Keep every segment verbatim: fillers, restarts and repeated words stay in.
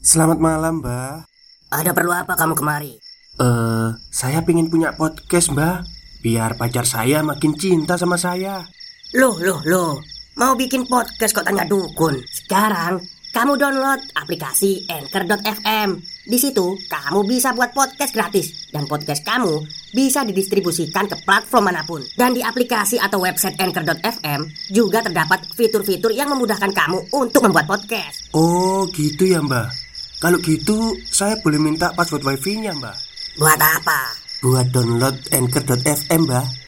Selamat malam, Mbak. Ada perlu apa kamu kemari? Eh, uh, saya pengen punya podcast, Mbak. Biar pacar saya makin cinta sama saya. Loh, loh, loh. Mau bikin podcast kok tanya dukun? Sekarang kamu download aplikasi Anchor dot f m. Di situ kamu bisa buat podcast gratis dan podcast kamu bisa didistribusikan ke platform manapun. Dan di aplikasi atau website Anchor dot f m juga terdapat fitur-fitur yang memudahkan kamu untuk membuat podcast. Oh, gitu ya, Mbak. Kalau gitu, saya boleh minta password wifi-nya, Mbak. Buat apa? Buat download Anchor dot f m, Mbak.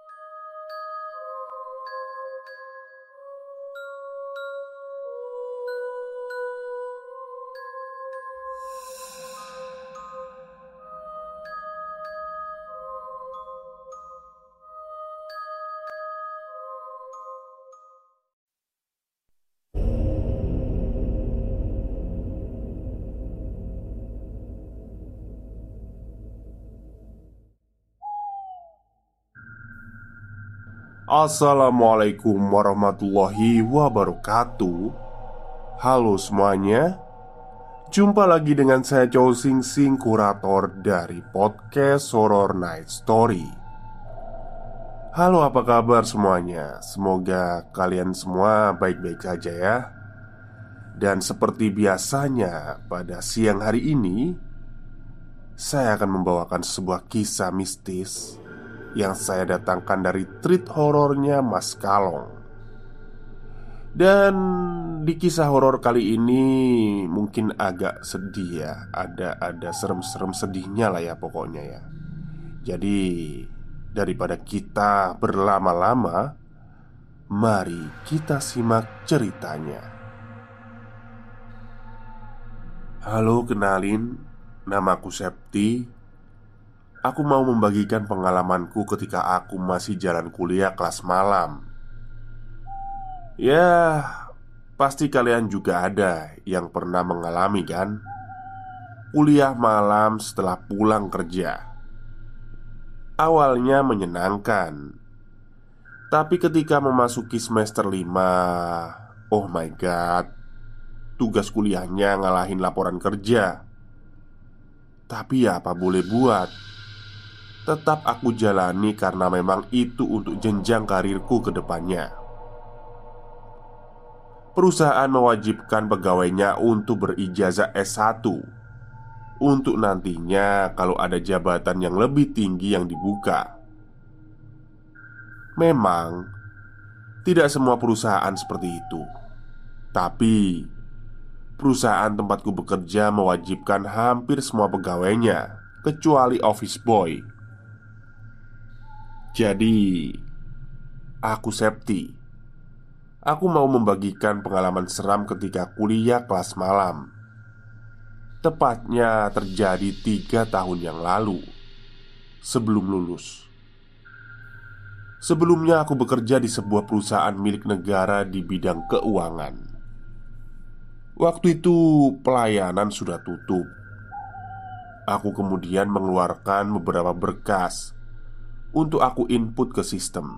Assalamualaikum warahmatullahi wabarakatuh. Halo semuanya. Jumpa lagi dengan saya Chow Sing Sing, kurator dari podcast Horror Night Story. Halo, apa kabar semuanya? Semoga kalian semua baik-baik saja ya. Dan seperti biasanya pada siang hari ini, saya akan membawakan sebuah kisah mistis yang saya datangkan dari treat horornya Mas Kalong. Dan di kisah horor kali ini mungkin agak sedih ya. Ada ada serem-serem sedihnya lah ya pokoknya ya. Jadi daripada kita berlama-lama, mari kita simak ceritanya. Halo, kenalin, namaku Septi. Aku mau membagikan pengalamanku ketika aku masih jalan kuliah kelas malam. Ya, pasti kalian juga ada yang pernah mengalami kan? Kuliah malam setelah pulang kerja. Awalnya menyenangkan. Tapi ketika memasuki semester lima, oh my god, tugas kuliahnya ngalahin laporan kerja. Tapi ya apa boleh buat, tetap aku jalani karena memang itu untuk jenjang karirku ke depannya. Perusahaan mewajibkan pegawainya untuk berijazah S satu untuk nantinya kalau ada jabatan yang lebih tinggi yang dibuka. Memang tidak semua perusahaan seperti itu. Tapi perusahaan tempatku bekerja mewajibkan hampir semua pegawainya kecuali office boy. Jadi, aku Septi. Aku mau membagikan pengalaman seram ketika kuliah kelas malam. Tepatnya terjadi tiga tahun yang lalu, sebelum lulus. Sebelumnya aku bekerja di sebuah perusahaan milik negara di bidang keuangan. Waktu itu pelayanan sudah tutup. Aku kemudian mengeluarkan beberapa berkas untuk aku input ke sistem.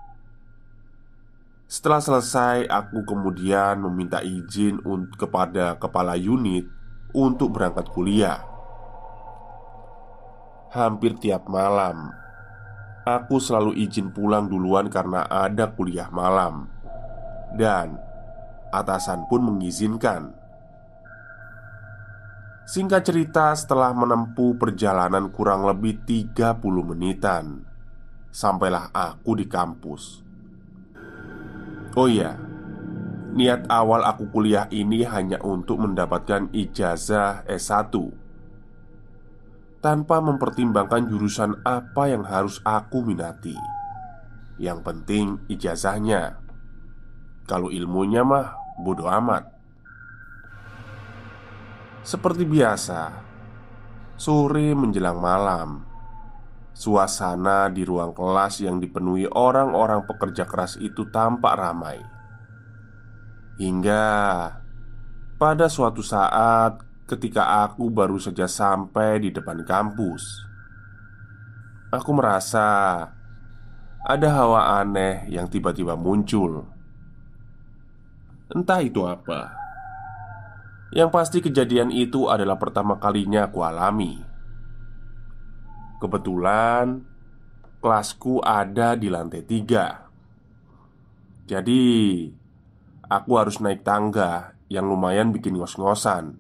Setelah selesai, aku kemudian meminta izin kepada kepala unit untuk berangkat kuliah. Hampir tiap malam, aku selalu izin pulang duluan karena ada kuliah malam. Dan atasan pun mengizinkan. Singkat cerita, setelah menempuh perjalanan kurang lebih tiga puluh menitan, sampailah aku di kampus. Oh iya, niat awal aku kuliah ini hanya untuk mendapatkan ijazah S satu, tanpa mempertimbangkan jurusan apa yang harus aku minati. Yang penting ijazahnya. Kalau ilmunya mah bodo amat. Seperti biasa, sore menjelang malam, suasana di ruang kelas yang dipenuhi orang-orang pekerja keras itu tampak ramai. Hingga pada suatu saat ketika aku baru saja sampai di depan kampus, aku merasa ada hawa aneh yang tiba-tiba muncul. Entah itu apa. Yang pasti kejadian itu adalah pertama kalinya aku alami. Kebetulan kelasku ada di lantai tiga. Jadi aku harus naik tangga yang lumayan bikin ngos-ngosan.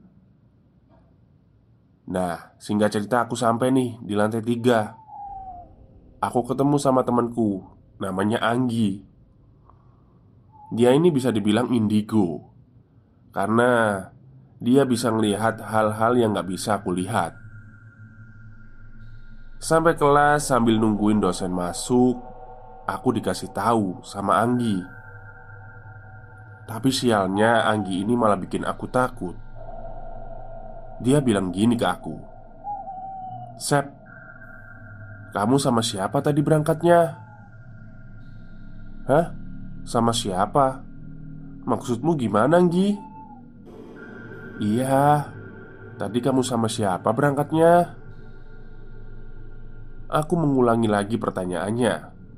Nah, singkat cerita aku sampai nih di lantai tiga. Aku ketemu sama temanku, namanya Anggi. Dia ini bisa dibilang indigo, karena dia bisa melihat hal-hal yang gak bisa aku lihat. Sampai kelas sambil nungguin dosen masuk, aku dikasih tahu sama Anggi. Tapi sialnya Anggi ini malah bikin aku takut. Dia bilang gini ke aku, "Sep, kamu sama siapa tadi berangkatnya?" "Hah? Sama siapa? Maksudmu gimana, Anggi?" "Iya, tadi kamu sama siapa berangkatnya?" Aku mengulangi lagi pertanyaannya.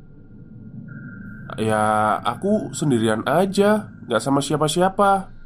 "Ya, aku sendirian aja, gak sama siapa-siapa,"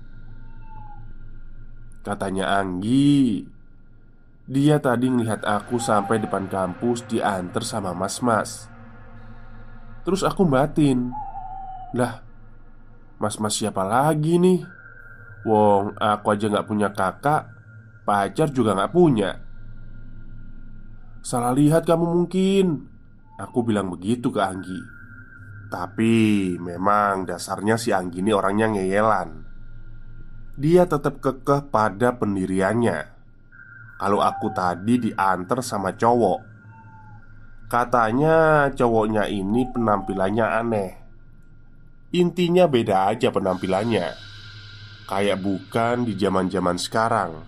katanya Anggi. Dia tadi ngelihat aku sampai depan kampus diantar sama mas-mas. Terus aku batin, "Lah, mas-mas siapa lagi nih? Wong, aku aja gak punya kakak, pacar juga gak punya." "Salah lihat kamu mungkin," aku bilang begitu ke Anggi. Tapi memang dasarnya si Anggi ini orangnya ngeyelan. Dia tetap kekeh pada pendiriannya kalau aku tadi diantar sama cowok. Katanya cowoknya ini penampilannya aneh. Intinya beda aja penampilannya, kayak bukan di zaman-zaman sekarang.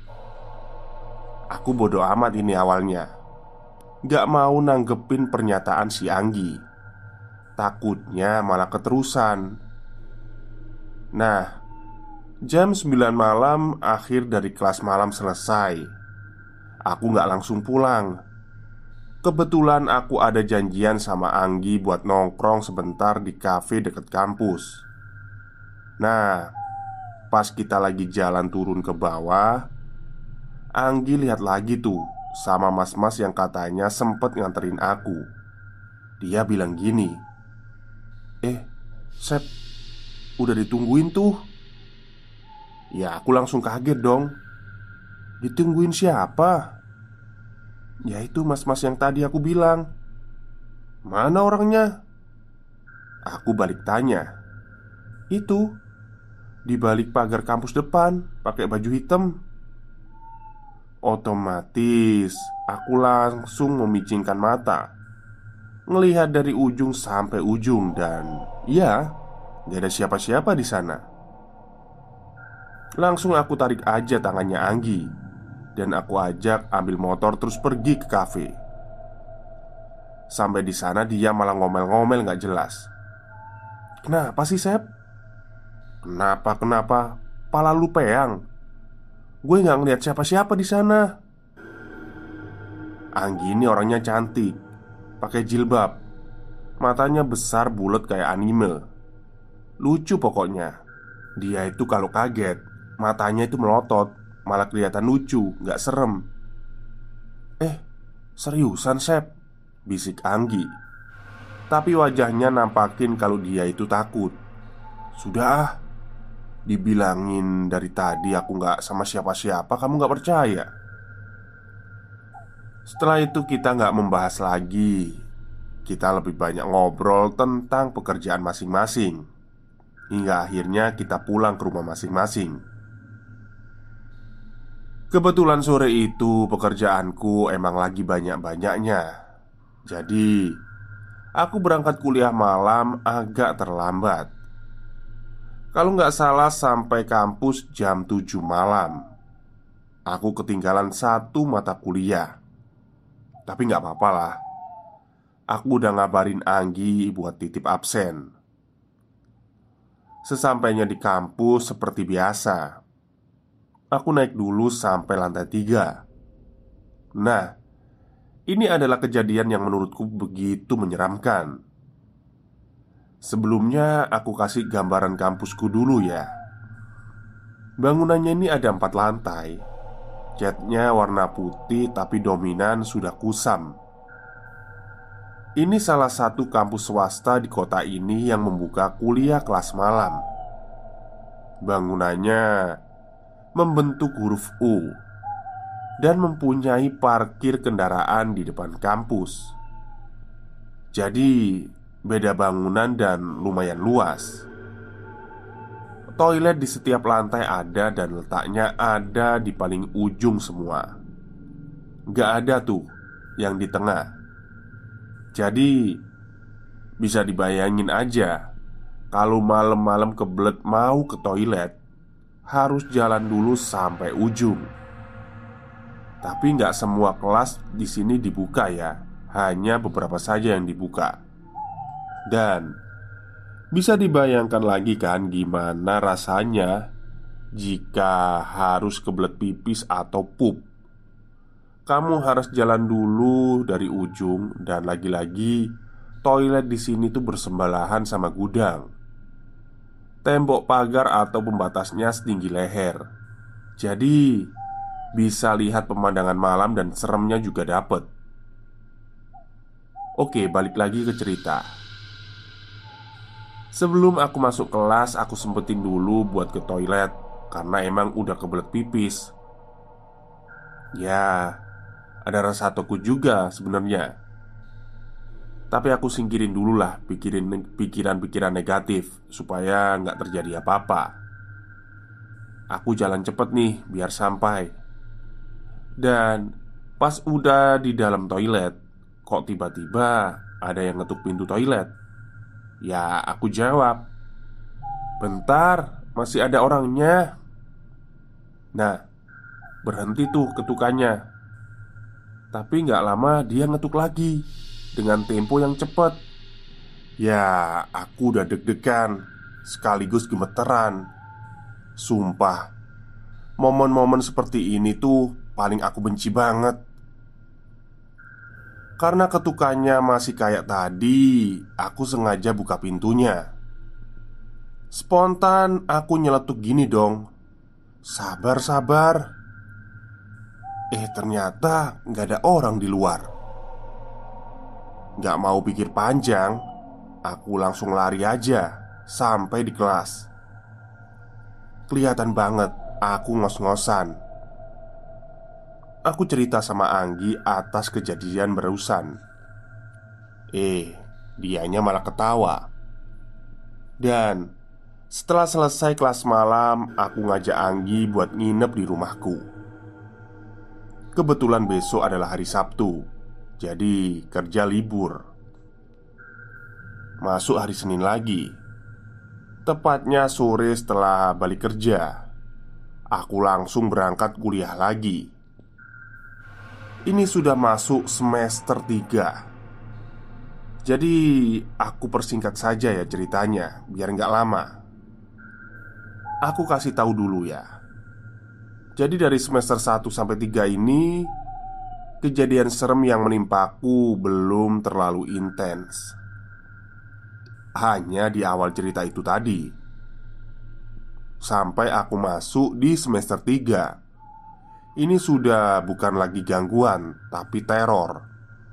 Aku bodo amat ini awalnya, gak mau nanggepin pernyataan si Anggi. Takutnya malah keterusan. Nah, jam sembilan malam akhir dari kelas malam selesai. Aku gak langsung pulang. Kebetulan aku ada janjian sama Anggi buat nongkrong sebentar di kafe dekat kampus. Nah, pas kita lagi jalan turun ke bawah, Anggi lihat lagi tuh sama mas-mas yang katanya sempet nganterin aku. Dia bilang gini, "Eh, Sep, udah ditungguin tuh." Ya aku langsung kaget dong. "Ditungguin siapa?" "Ya itu mas-mas yang tadi aku bilang." "Mana orangnya?" Aku balik tanya. "Itu, di balik pagar kampus depan, pakai baju hitam." Otomatis aku langsung memicingkan mata, ngelihat dari ujung sampai ujung, dan ya, gak ada siapa-siapa di sana. Langsung aku tarik aja tangannya Anggi, dan aku ajak ambil motor terus pergi ke kafe. Sampai di sana dia malah ngomel-ngomel gak jelas. "Kenapa sih, Sep?" "Kenapa, kenapa? Pala lu peang. Gue gak ngeliat siapa-siapa di sana." Anggi ini orangnya cantik, pakai jilbab, matanya besar bulat kayak anime. Lucu pokoknya. Dia itu kalau kaget, matanya itu melotot, malah kelihatan lucu, gak serem. "Eh, seriusan, Sep?" bisik Anggi. Tapi wajahnya nampakin kalau dia itu takut. "Sudah ah, dibilangin dari tadi aku gak sama siapa-siapa, kamu gak percaya." Setelah itu kita gak membahas lagi. Kita lebih banyak ngobrol tentang pekerjaan masing-masing, hingga akhirnya kita pulang ke rumah masing-masing. Kebetulan sore itu pekerjaanku emang lagi banyak-banyaknya. Jadi aku berangkat kuliah malam agak terlambat. Kalau nggak salah sampai kampus jam tujuh malam. Aku ketinggalan satu mata kuliah. Tapi nggak apa-apa lah. Aku udah ngabarin Anggi buat titip absen. Sesampainya di kampus seperti biasa, aku naik dulu sampai lantai tiga. Nah, ini adalah kejadian yang menurutku begitu menyeramkan. Sebelumnya aku kasih gambaran kampusku dulu ya. Bangunannya ini ada empat lantai. Catnya warna putih tapi dominan sudah kusam. Ini salah satu kampus swasta di kota ini yang membuka kuliah kelas malam. Bangunannya membentuk huruf U dan mempunyai parkir kendaraan di depan kampus. Jadi beda bangunan dan lumayan luas. Toilet di setiap lantai ada dan letaknya ada di paling ujung semua. Gak ada tuh yang di tengah. Jadi bisa dibayangin aja, kalau malam-malam kebelet mau ke toilet harus jalan dulu sampai ujung. Tapi nggak semua kelas di sini dibuka ya, hanya beberapa saja yang dibuka. Dan bisa dibayangkan lagi kan gimana rasanya jika harus kebelet pipis atau pup. Kamu harus jalan dulu dari ujung dan lagi-lagi toilet di sini tuh bersebelahan sama gudang. Tembok pagar atau pembatasnya setinggi leher. Jadi bisa lihat pemandangan malam dan seremnya juga dapet. Oke, balik lagi ke cerita. Sebelum aku masuk kelas, aku sempetin dulu buat ke toilet karena emang udah kebelet pipis. Ya, ada rasa takut juga sebenarnya. Tapi aku singkirin dulu lah pikirin pikiran-pikiran negatif supaya nggak terjadi apa-apa. Aku jalan cepet nih biar sampai. Dan pas udah di dalam toilet, kok tiba-tiba ada yang ngetuk pintu toilet. Ya aku jawab, "Bentar, masih ada orangnya." Nah, berhenti tuh ketukannya. Tapi nggak lama dia ngetuk lagi dengan tempo yang cepat. Ya aku udah deg-degan sekaligus gemeteran. Sumpah, momen-momen seperti ini tuh paling aku benci banget. Karena ketukannya masih kayak tadi, aku sengaja buka pintunya. Spontan aku nyeletuk gini dong, "Sabar, sabar." Eh ternyata gak ada orang di luar. Gak mau pikir panjang, aku langsung lari aja sampai di kelas. Kelihatan banget aku ngos-ngosan. Aku cerita sama Anggi atas kejadian barusan. Eh, dianya malah ketawa. Dan setelah selesai kelas malam, aku ngajak Anggi buat nginep di rumahku. Kebetulan besok adalah hari Sabtu, jadi kerja libur. Masuk hari Senin lagi. Tepatnya sore setelah balik kerja, aku langsung berangkat kuliah lagi. Ini sudah masuk semester tiga. Jadi aku persingkat saja ya ceritanya biar nggak lama. Aku kasih tahu dulu ya. Jadi dari semester satu sampai tiga ini, kejadian serem yang menimpaku belum terlalu intens. Hanya di awal cerita itu tadi. Sampai aku masuk di semester tiga, ini sudah bukan lagi gangguan, tapi teror.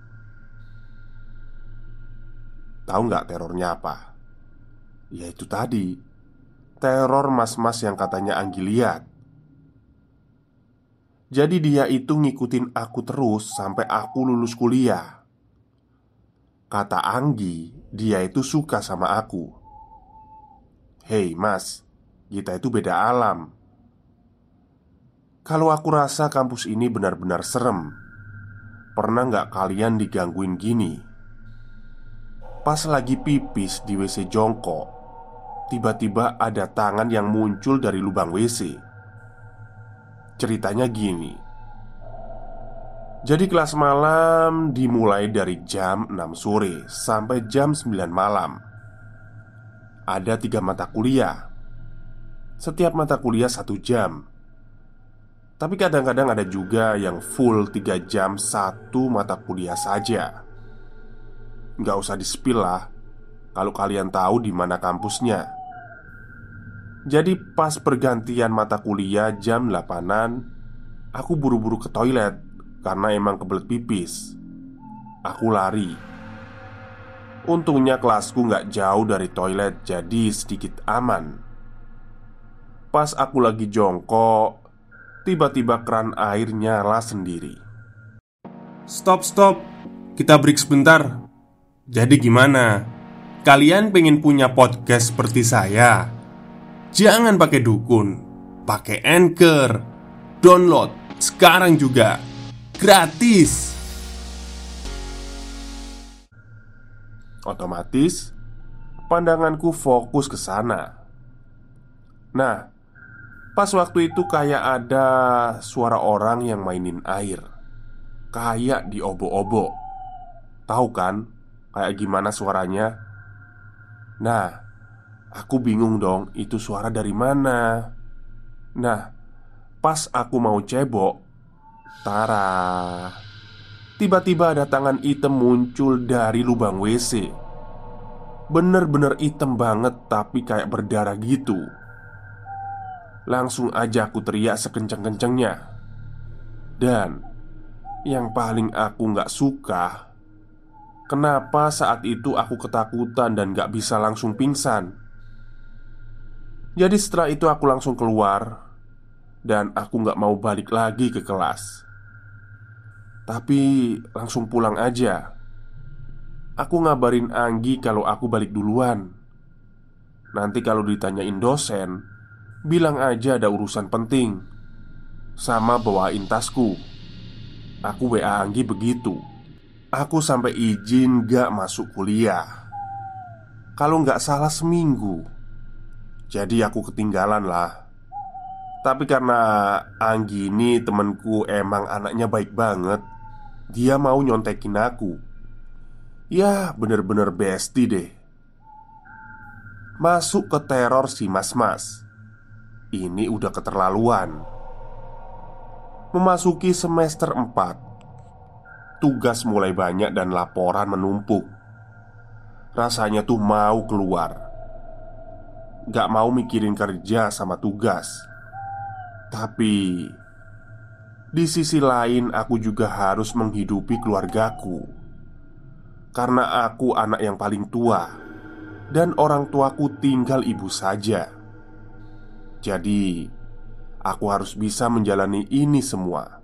Tahu nggak terornya apa? Ya itu tadi, teror mas-mas yang katanya Anggi lihat. Jadi dia itu ngikutin aku terus sampai aku lulus kuliah. Kata Anggi, dia itu suka sama aku. "Hei mas, kita itu beda alam. Kalau aku rasa kampus ini benar-benar serem. Pernah nggak kalian digangguin gini? Pas lagi pipis di W C jongkok, tiba-tiba ada tangan yang muncul dari lubang W C." Ceritanya gini. Jadi kelas malam dimulai dari jam enam sore sampai jam sembilan malam. Ada tiga mata kuliah. Setiap mata kuliah satu jam. Tapi kadang-kadang ada juga yang full tiga jam satu mata kuliah saja. Nggak usah di-spill lah kalau kalian tahu di mana kampusnya. Jadi pas pergantian mata kuliah jam delapanan, aku buru-buru ke toilet karena emang kebelet pipis. Aku lari. Untungnya kelasku gak jauh dari toilet, jadi sedikit aman. Pas aku lagi jongkok, tiba-tiba keran air nyala sendiri. Stop, stop. Kita break sebentar. Jadi gimana? Kalian pengen punya podcast seperti saya? Jangan pakai dukun, pakai Anchor. Download sekarang juga. Gratis. Otomatis pandanganku fokus ke sana. Nah, pas waktu itu kayak ada suara orang yang mainin air, kayak di obok-obok. Tahu kan kayak gimana suaranya? Nah, aku bingung dong, itu suara dari mana? Nah, pas aku mau cebok, tara, tiba-tiba ada tangan hitam muncul dari lubang W C. Bener-bener hitam banget, tapi kayak berdarah gitu. Langsung aja aku teriak sekenceng-kencengnya. Dan yang paling aku gak suka, kenapa saat itu aku ketakutan dan gak bisa langsung pingsan. Jadi setelah itu aku langsung keluar. Dan aku gak mau balik lagi ke kelas, tapi langsung pulang aja. Aku ngabarin Anggi kalau aku balik duluan. Nanti kalau ditanyain dosen, bilang aja ada urusan penting, sama bawain tasku. Aku W A Anggi begitu. Aku sampai izin gak masuk kuliah, kalau gak salah seminggu. Jadi aku ketinggalan lah. Tapi karena Anggi ini temenku emang anaknya baik banget, dia mau nyontekin aku. Ya bener-bener bestie deh. Masuk ke teror si mas-mas. Ini udah keterlaluan. Memasuki semester empat, tugas mulai banyak dan laporan menumpuk. Rasanya tuh mau keluar. Gak mau mikirin kerja sama tugas. Tapi di sisi lain aku juga harus menghidupi keluargaku. Karena aku anak yang paling tua dan orang tuaku tinggal ibu saja. Jadi aku harus bisa menjalani ini semua.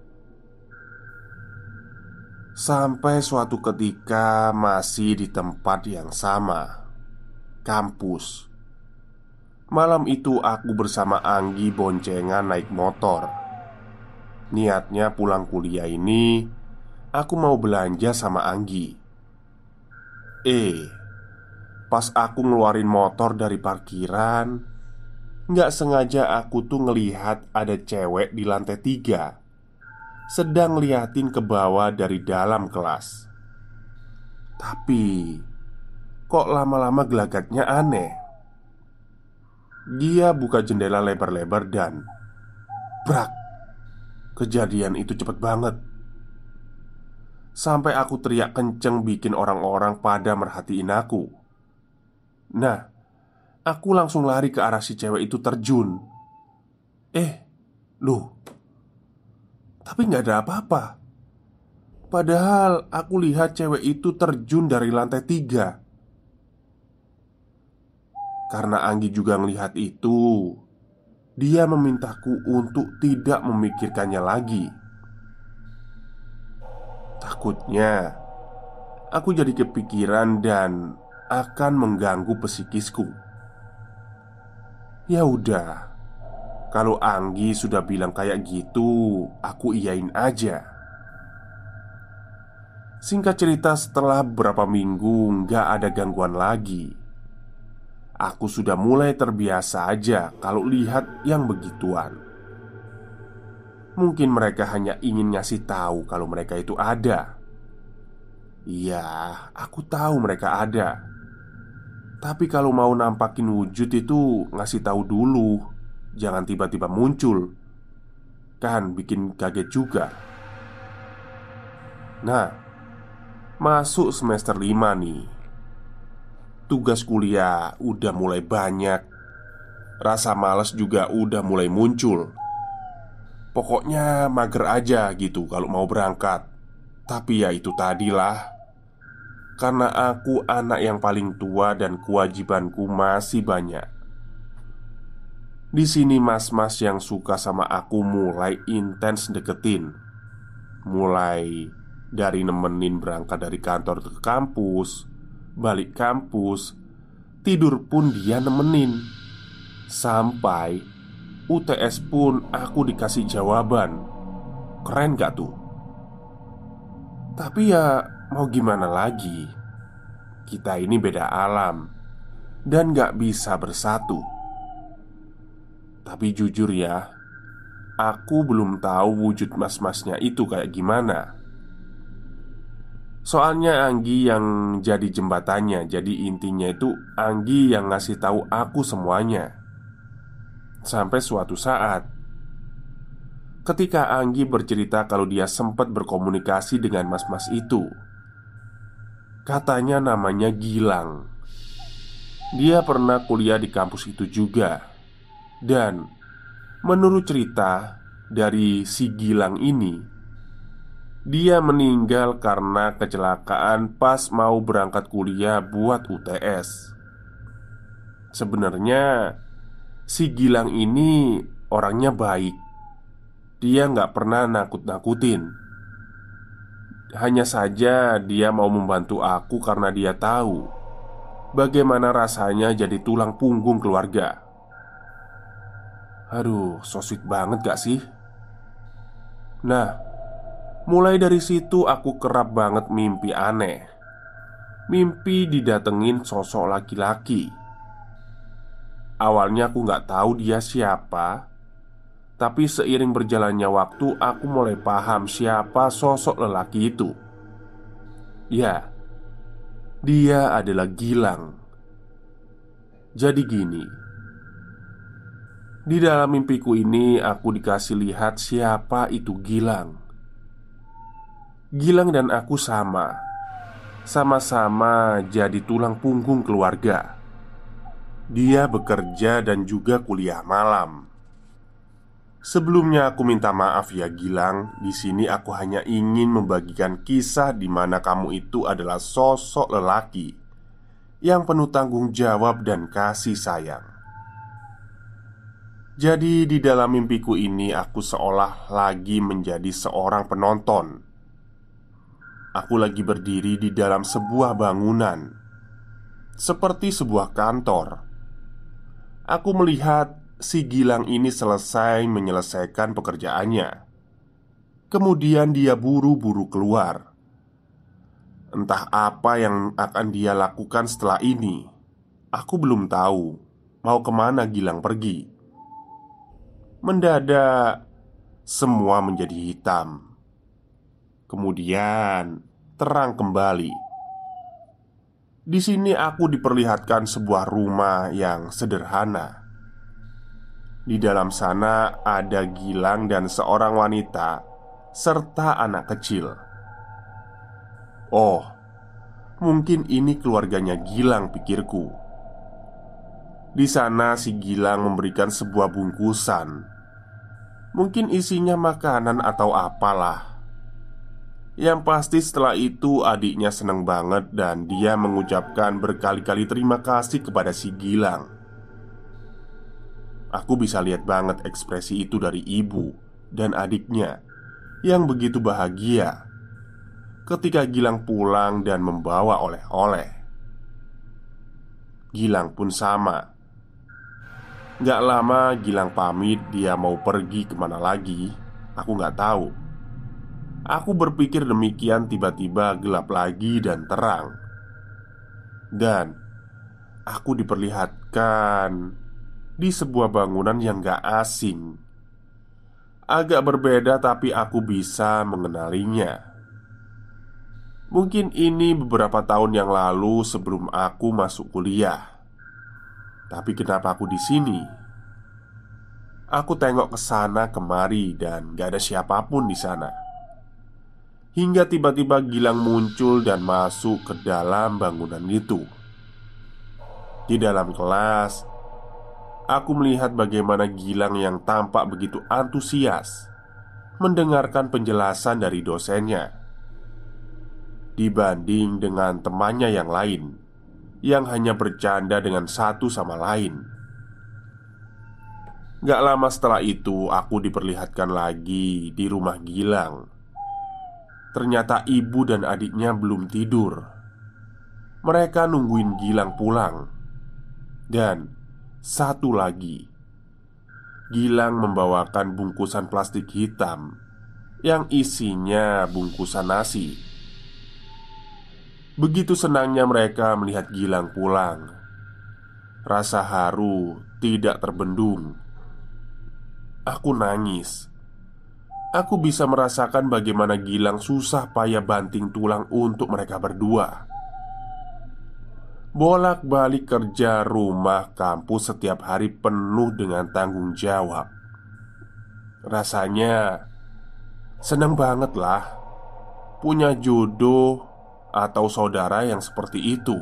Sampai suatu ketika masih di tempat yang sama, kampus. Malam itu aku bersama Anggi boncengan naik motor. Niatnya pulang kuliah ini aku mau belanja sama Anggi. Eh, pas aku ngeluarin motor dari parkiran, nggak sengaja aku tuh ngelihat ada cewek di lantai tiga sedang ngeliatin ke bawah dari dalam kelas. Tapi kok lama-lama gelagatnya aneh. Dia buka jendela lebar-lebar dan brak. Kejadian itu cepet banget. Sampai aku teriak kenceng bikin orang-orang pada merhatiin aku. Nah, aku langsung lari ke arah si cewek itu terjun. Eh, loh, tapi gak ada apa-apa. Padahal aku lihat cewek itu terjun dari lantai tiga. Karena Anggi juga ngelihat itu, dia memintaku untuk tidak memikirkannya lagi. Takutnya aku jadi kepikiran dan akan mengganggu psikisku. Ya udah, kalau Anggi sudah bilang kayak gitu, aku iyain aja. Singkat cerita, setelah beberapa minggu nggak ada gangguan lagi, aku sudah mulai terbiasa aja kalau lihat yang begituan. Mungkin mereka hanya ingin ngasih tahu kalau mereka itu ada. Iya, aku tahu mereka ada. Tapi kalau mau nampakin wujud itu ngasih tahu dulu. Jangan tiba-tiba muncul. Kan bikin kaget juga. Nah, masuk semester lima nih. Tugas kuliah udah mulai banyak. Rasa malas juga udah mulai muncul. Pokoknya mager aja gitu kalau mau berangkat. Tapi ya itu tadilah, karena aku anak yang paling tua dan kewajibanku masih banyak. Di sini mas-mas yang suka sama aku mulai intens deketin. Mulai dari nemenin berangkat dari kantor ke kampus, balik kampus, tidur pun dia nemenin. Sampai U T S pun aku dikasih jawaban. Keren gak tuh? Tapi ya mau gimana lagi, kita ini beda alam dan gak bisa bersatu. Tapi jujur ya, aku belum tahu wujud mas-masnya itu kayak gimana. Soalnya Anggi yang jadi jembatannya. Jadi intinya itu Anggi yang ngasih tahu aku semuanya. Sampai suatu saat, ketika Anggi bercerita kalau dia sempat berkomunikasi dengan mas-mas itu. Katanya namanya Gilang. Dia pernah kuliah di kampus itu juga. Dan menurut cerita dari si Gilang ini, dia meninggal karena kecelakaan pas mau berangkat kuliah buat U T S. Sebenarnya si Gilang ini orangnya baik. Dia nggak pernah nakut-nakutin. Hanya saja dia mau membantu aku karena dia tahu bagaimana rasanya jadi tulang punggung keluarga. Aduh, so sweet banget gak sih? Nah, mulai dari situ aku kerap banget mimpi aneh. Mimpi didatengin sosok laki-laki. Awalnya aku gak tahu dia siapa. Tapi seiring berjalannya waktu, aku mulai paham siapa sosok lelaki itu. Ya, dia adalah Gilang. Jadi gini, di dalam mimpiku ini aku dikasih lihat siapa itu Gilang. Gilang dan aku sama. Sama-sama jadi tulang punggung keluarga. Dia bekerja dan juga kuliah malam. Sebelumnya aku minta maaf ya Gilang. Di sini aku hanya ingin membagikan kisah di mana kamu itu adalah sosok lelaki yang penuh tanggung jawab dan kasih sayang. Jadi di dalam mimpiku ini aku seolah lagi menjadi seorang penonton. Aku lagi berdiri di dalam sebuah bangunan, seperti sebuah kantor. Aku melihat si Gilang ini selesai menyelesaikan pekerjaannya. Kemudian dia buru-buru keluar. Entah apa yang akan dia lakukan setelah ini. Aku belum tahu mau kemana Gilang pergi. Mendadak semua menjadi hitam. Kemudian terang kembali. Di sini aku diperlihatkan sebuah rumah yang sederhana. Di dalam sana ada Gilang dan seorang wanita serta anak kecil. Oh, mungkin ini keluarganya Gilang, pikirku. Di sana si Gilang memberikan sebuah bungkusan. Mungkin isinya makanan atau apalah. Yang pasti setelah itu adiknya senang banget dan dia mengucapkan berkali-kali terima kasih kepada si Gilang. Aku bisa lihat banget ekspresi itu dari ibu dan adiknya yang begitu bahagia ketika Gilang pulang dan membawa oleh-oleh. Gilang pun sama. Gak lama Gilang pamit, dia mau pergi kemana lagi. Aku gak tahu. Aku berpikir demikian, tiba-tiba gelap lagi dan terang. Dan aku diperlihatkan di sebuah bangunan yang gak asing. Agak berbeda tapi aku bisa mengenalinya. Mungkin ini beberapa tahun yang lalu sebelum aku masuk kuliah. Tapi kenapa aku di sini? Aku tengok ke sana kemari dan gak ada siapapun di sana. Hingga tiba-tiba Gilang muncul dan masuk ke dalam bangunan itu. Di dalam kelas aku melihat bagaimana Gilang yang tampak begitu antusias mendengarkan penjelasan dari dosennya, dibanding dengan temannya yang lain yang hanya bercanda dengan satu sama lain. Gak lama setelah itu, aku diperlihatkan lagi di rumah Gilang. Ternyata ibu dan adiknya belum tidur. Mereka nungguin Gilang pulang. Dan satu lagi, Gilang membawakan bungkusan plastik hitam yang isinya bungkusan nasi. Begitu senangnya mereka melihat Gilang pulang. Rasa haru tidak terbendung. Aku nangis. Aku bisa merasakan bagaimana Gilang susah payah banting tulang untuk mereka berdua. Bolak-balik kerja, rumah, kampus setiap hari penuh dengan tanggung jawab. Rasanya senang banget lah punya jodoh atau saudara yang seperti itu.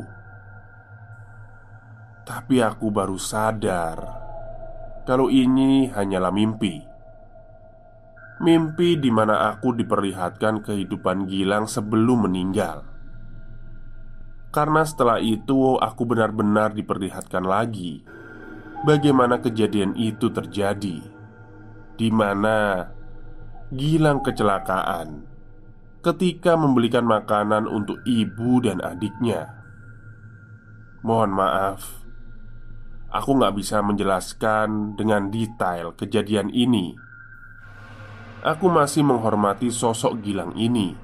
Tapi aku baru sadar kalau ini hanyalah mimpi. Mimpi di mana aku diperlihatkan kehidupan Gilang sebelum meninggal. Karena setelah itu aku benar-benar diperlihatkan lagi bagaimana kejadian itu terjadi, di mana Gilang kecelakaan ketika membelikan makanan untuk ibu dan adiknya. Mohon maaf, aku gak bisa menjelaskan dengan detail kejadian ini. Aku masih menghormati sosok Gilang ini.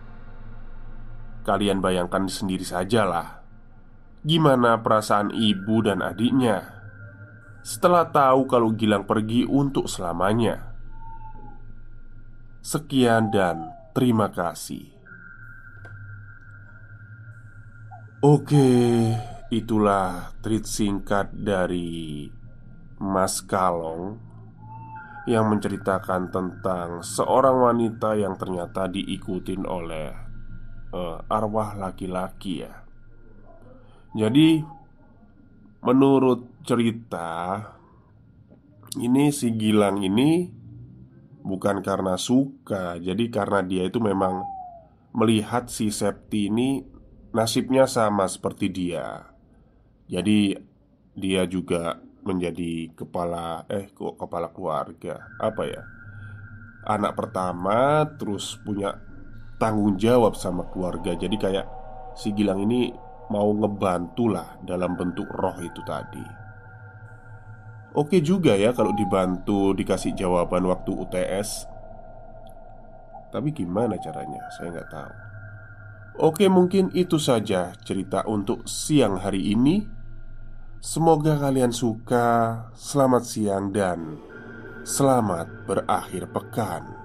Kalian bayangkan sendiri sajalah gimana perasaan ibu dan adiknya setelah tahu kalau Gilang pergi untuk selamanya. Sekian dan terima kasih. Oke, itulah tweet singkat dari Mas Kalong yang menceritakan tentang seorang wanita yang ternyata diikutin oleh uh, arwah laki-laki ya. Jadi menurut cerita ini, si Gilang ini bukan karena suka, jadi karena dia itu memang melihat si Septi ini nasibnya sama seperti dia. Jadi dia juga menjadi kepala Eh kok kepala keluarga, apa ya, anak pertama, terus punya tanggung jawab sama keluarga. Jadi kayak si Gilang ini mau ngebantu lah dalam bentuk roh itu tadi. Oke juga ya kalau dibantu dikasih jawaban waktu U T S. Tapi gimana caranya? Saya nggak tahu. Oke, mungkin itu saja cerita untuk siang hari ini. Semoga kalian suka. Selamat siang dan selamat berakhir pekan.